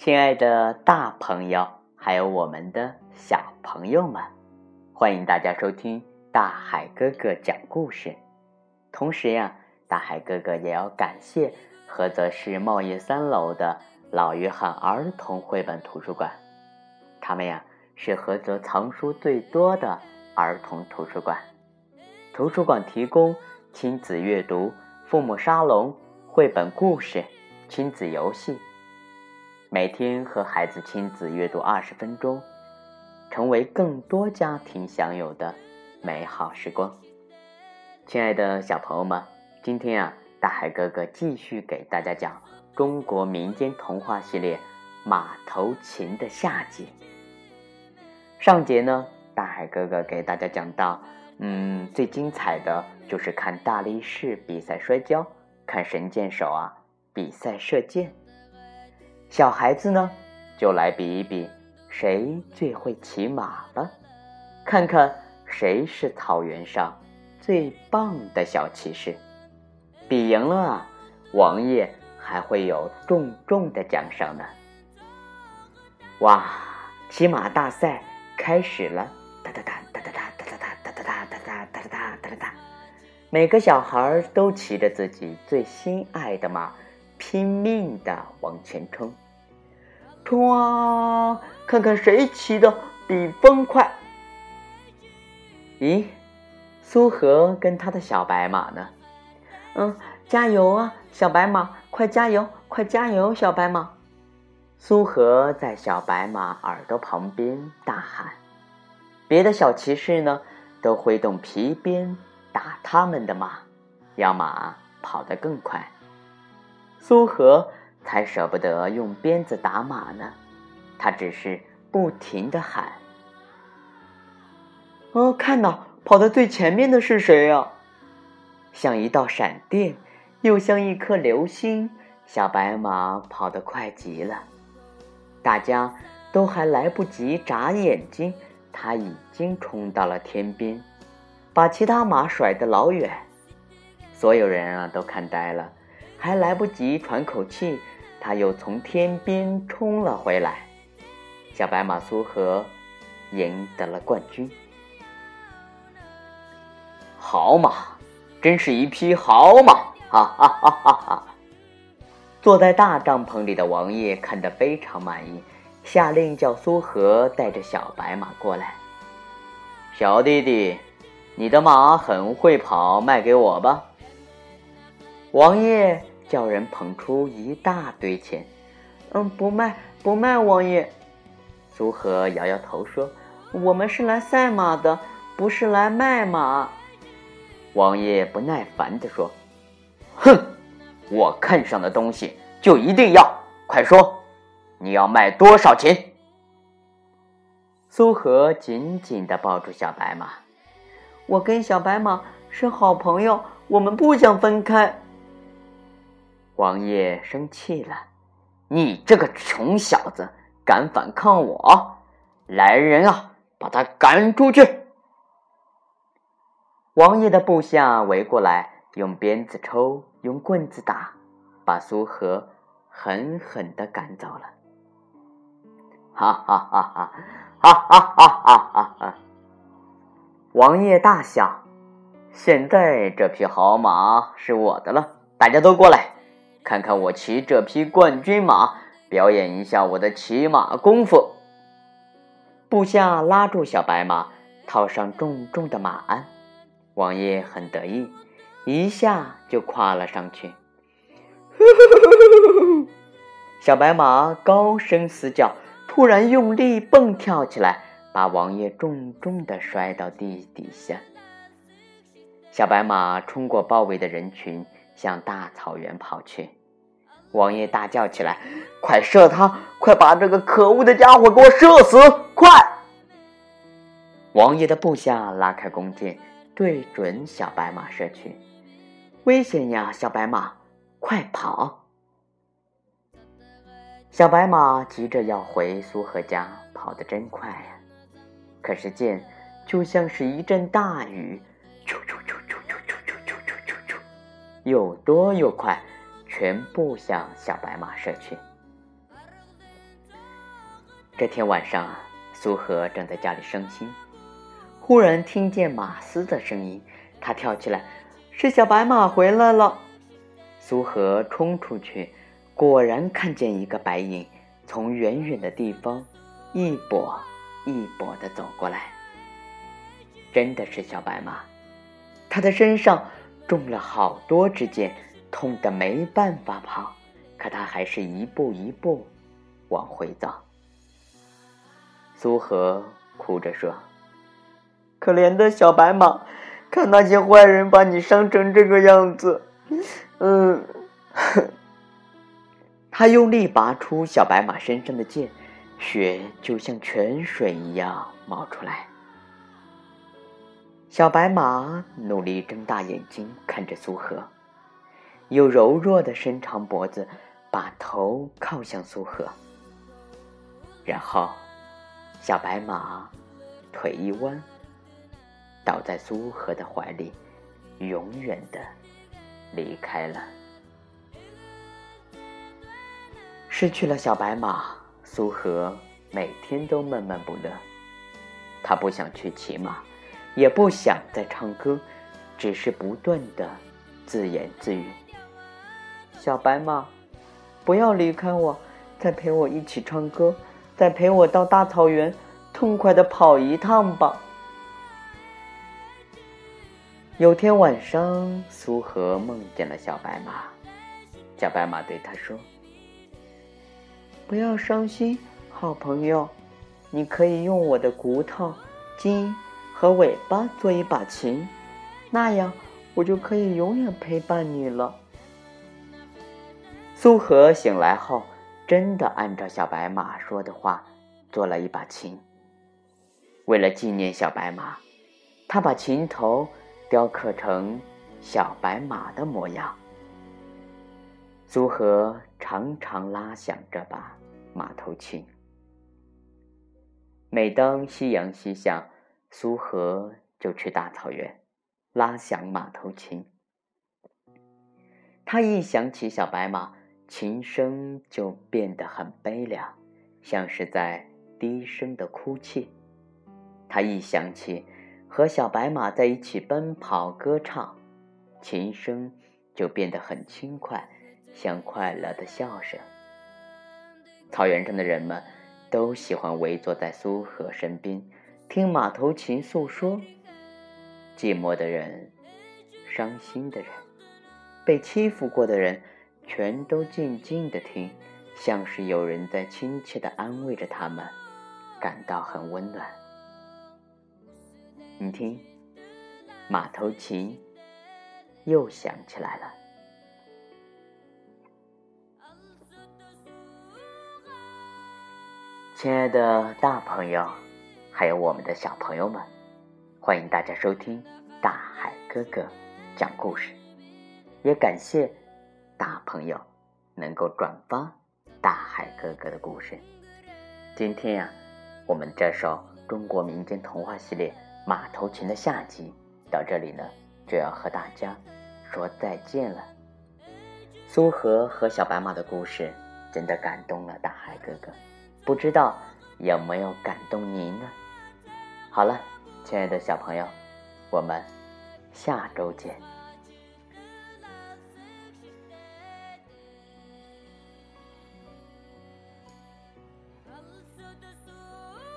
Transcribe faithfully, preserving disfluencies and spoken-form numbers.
亲爱的大朋友，还有我们的小朋友们，欢迎大家收听大海哥哥讲故事。同时呀，大海哥哥也要感谢菏泽市茂业三楼的老约翰儿童绘本图书馆，他们呀是菏泽藏书最多的儿童图书馆。图书馆提供亲子阅读、父母沙龙、绘本故事、亲子游戏，每天和孩子亲子阅读二十分钟，成为更多家庭享有的美好时光。亲爱的小朋友们，今天啊，大海哥哥继续给大家讲中国民间童话系列《马头琴的夏季》。上节呢，大海哥哥给大家讲到，嗯，最精彩的就是看大力士比赛摔跤，看神箭手啊比赛射箭。小孩子呢，就来比一比谁最会骑马了，看看谁是草原上最棒的小骑士。比赢了啊，王爷还会有重重的奖赏呢。哇，骑马大赛开始了，哒哒哒哒哒哒哒哒哒哒哒哒哒哒哒哒哒，每个小孩都骑着自己最心爱的马，拼命地往前冲。冲啊，看看谁骑的比风快。咦，苏荷跟他的小白马呢？嗯，加油啊，小白马，快加油，快加油，小白马。苏荷在小白马耳朵旁边大喊，别的小骑士呢，都挥动皮鞭打他们的马，让马跑得更快。苏荷才舍不得用鞭子打马呢，他只是不停地喊。哦，看哪，跑得最前面的是谁啊？像一道闪电，又像一颗流星，小白马跑得快极了。大家都还来不及眨眼睛，他已经冲到了天边，把其他马甩得老远。所有人啊都看呆了，还来不及喘口气，他又从天边冲了回来。小白马苏荷赢得了冠军。好马，真是一匹好马，哈哈哈哈哈！坐在大帐篷里的王爷看得非常满意，下令叫苏荷带着小白马过来。小弟弟，你的马很会跑，卖给我吧。王爷叫人捧出一大堆钱。嗯，不卖，不卖，王爷。苏荷摇摇头说，我们是来赛马的，不是来卖马。王爷不耐烦地说，哼，我看上的东西就一定要，快说，你要卖多少钱？苏荷紧紧地抱住小白马，我跟小白马是好朋友，我们不想分开。王爷生气了，你这个穷小子，敢反抗我，来人啊，把他赶出去。王爷的部下围过来，用鞭子抽，用棍子打，把苏荷狠狠地赶走了。哈哈哈哈哈哈哈哈哈哈！王爷大笑，现在这匹好马是我的了，大家都过来，看看我骑这匹冠军马，表演一下我的骑马功夫。部下拉住小白马，套上重重的马鞍。王爷很得意，一下就跨了上去。小白马高声嘶叫，突然用力蹦跳起来，把王爷重重地摔到地底下。小白马冲过包围的人群，向大草原跑去。王爷大叫起来，快射他，快把这个可恶的家伙给我射死，快！王爷的部下拉开弓箭，对准小白马射去。危险呀，小白马，快跑！小白马急着要回苏荷家，跑得真快呀。可是箭就像是一阵大雨，啾啾啾啾啾啾啾啾啾啾啾，又多又快，全部向小白马射去。 这天晚上啊，苏荷正在家里伤心，忽然听见马嘶的声音，他跳起来，是小白马回来了。苏荷冲出去，果然看见一个白影从远远的地方一跛一跛地走过来，真的是小白马。他的身上中了好多支箭，痛得没办法跑，可他还是一步一步往回走。苏荷哭着说，可怜的小白马，看那些坏人把你伤成这个样子。嗯，他用力拔出小白马身上的箭，血就像泉水一样冒出来。小白马努力睁大眼睛看着苏荷，又柔弱地伸长脖子，把头靠向苏荷。然后小白马腿一弯，倒在苏荷的怀里，永远地离开了。失去了小白马，苏荷每天都闷闷不乐。他不想去骑马，也不想再唱歌，只是不断地自言自语，小白马，不要离开我，再陪我一起唱歌，再陪我到大草原痛快地跑一趟吧。有天晚上，苏荷梦见了小白马。小白马对他说，不要伤心，好朋友，你可以用我的骨头、筋和尾巴做一把琴，那样我就可以永远陪伴你了。苏荷醒来后，真的按照小白马说的话做了一把琴。为了纪念小白马，他把琴头雕刻成小白马的模样。苏荷常常拉响这把马头琴。每当夕阳西下，苏荷就去大草原拉响马头琴。他一想起小白马，琴声就变得很悲凉，像是在低声的哭泣。他一想起和小白马在一起奔跑歌唱，琴声就变得很轻快，像快乐的笑声。草原上的人们都喜欢围坐在苏荷身边，听马头琴诉说。寂寞的人，伤心的人，被欺负过的人，全都静静地听，像是有人在亲切地安慰着他们，感到很温暖。你听，马头琴又响起来了。亲爱的大朋友，还有我们的小朋友们，欢迎大家收听大海哥哥讲故事，也感谢大朋友能够转发大海哥哥的故事。今天呀、啊，我们这首中国民间童话系列马头琴的下集到这里呢，就要和大家说再见了。苏荷和小白马的故事真的感动了大海哥哥，不知道有没有感动您呢？好了，亲爱的小朋友，我们下周见。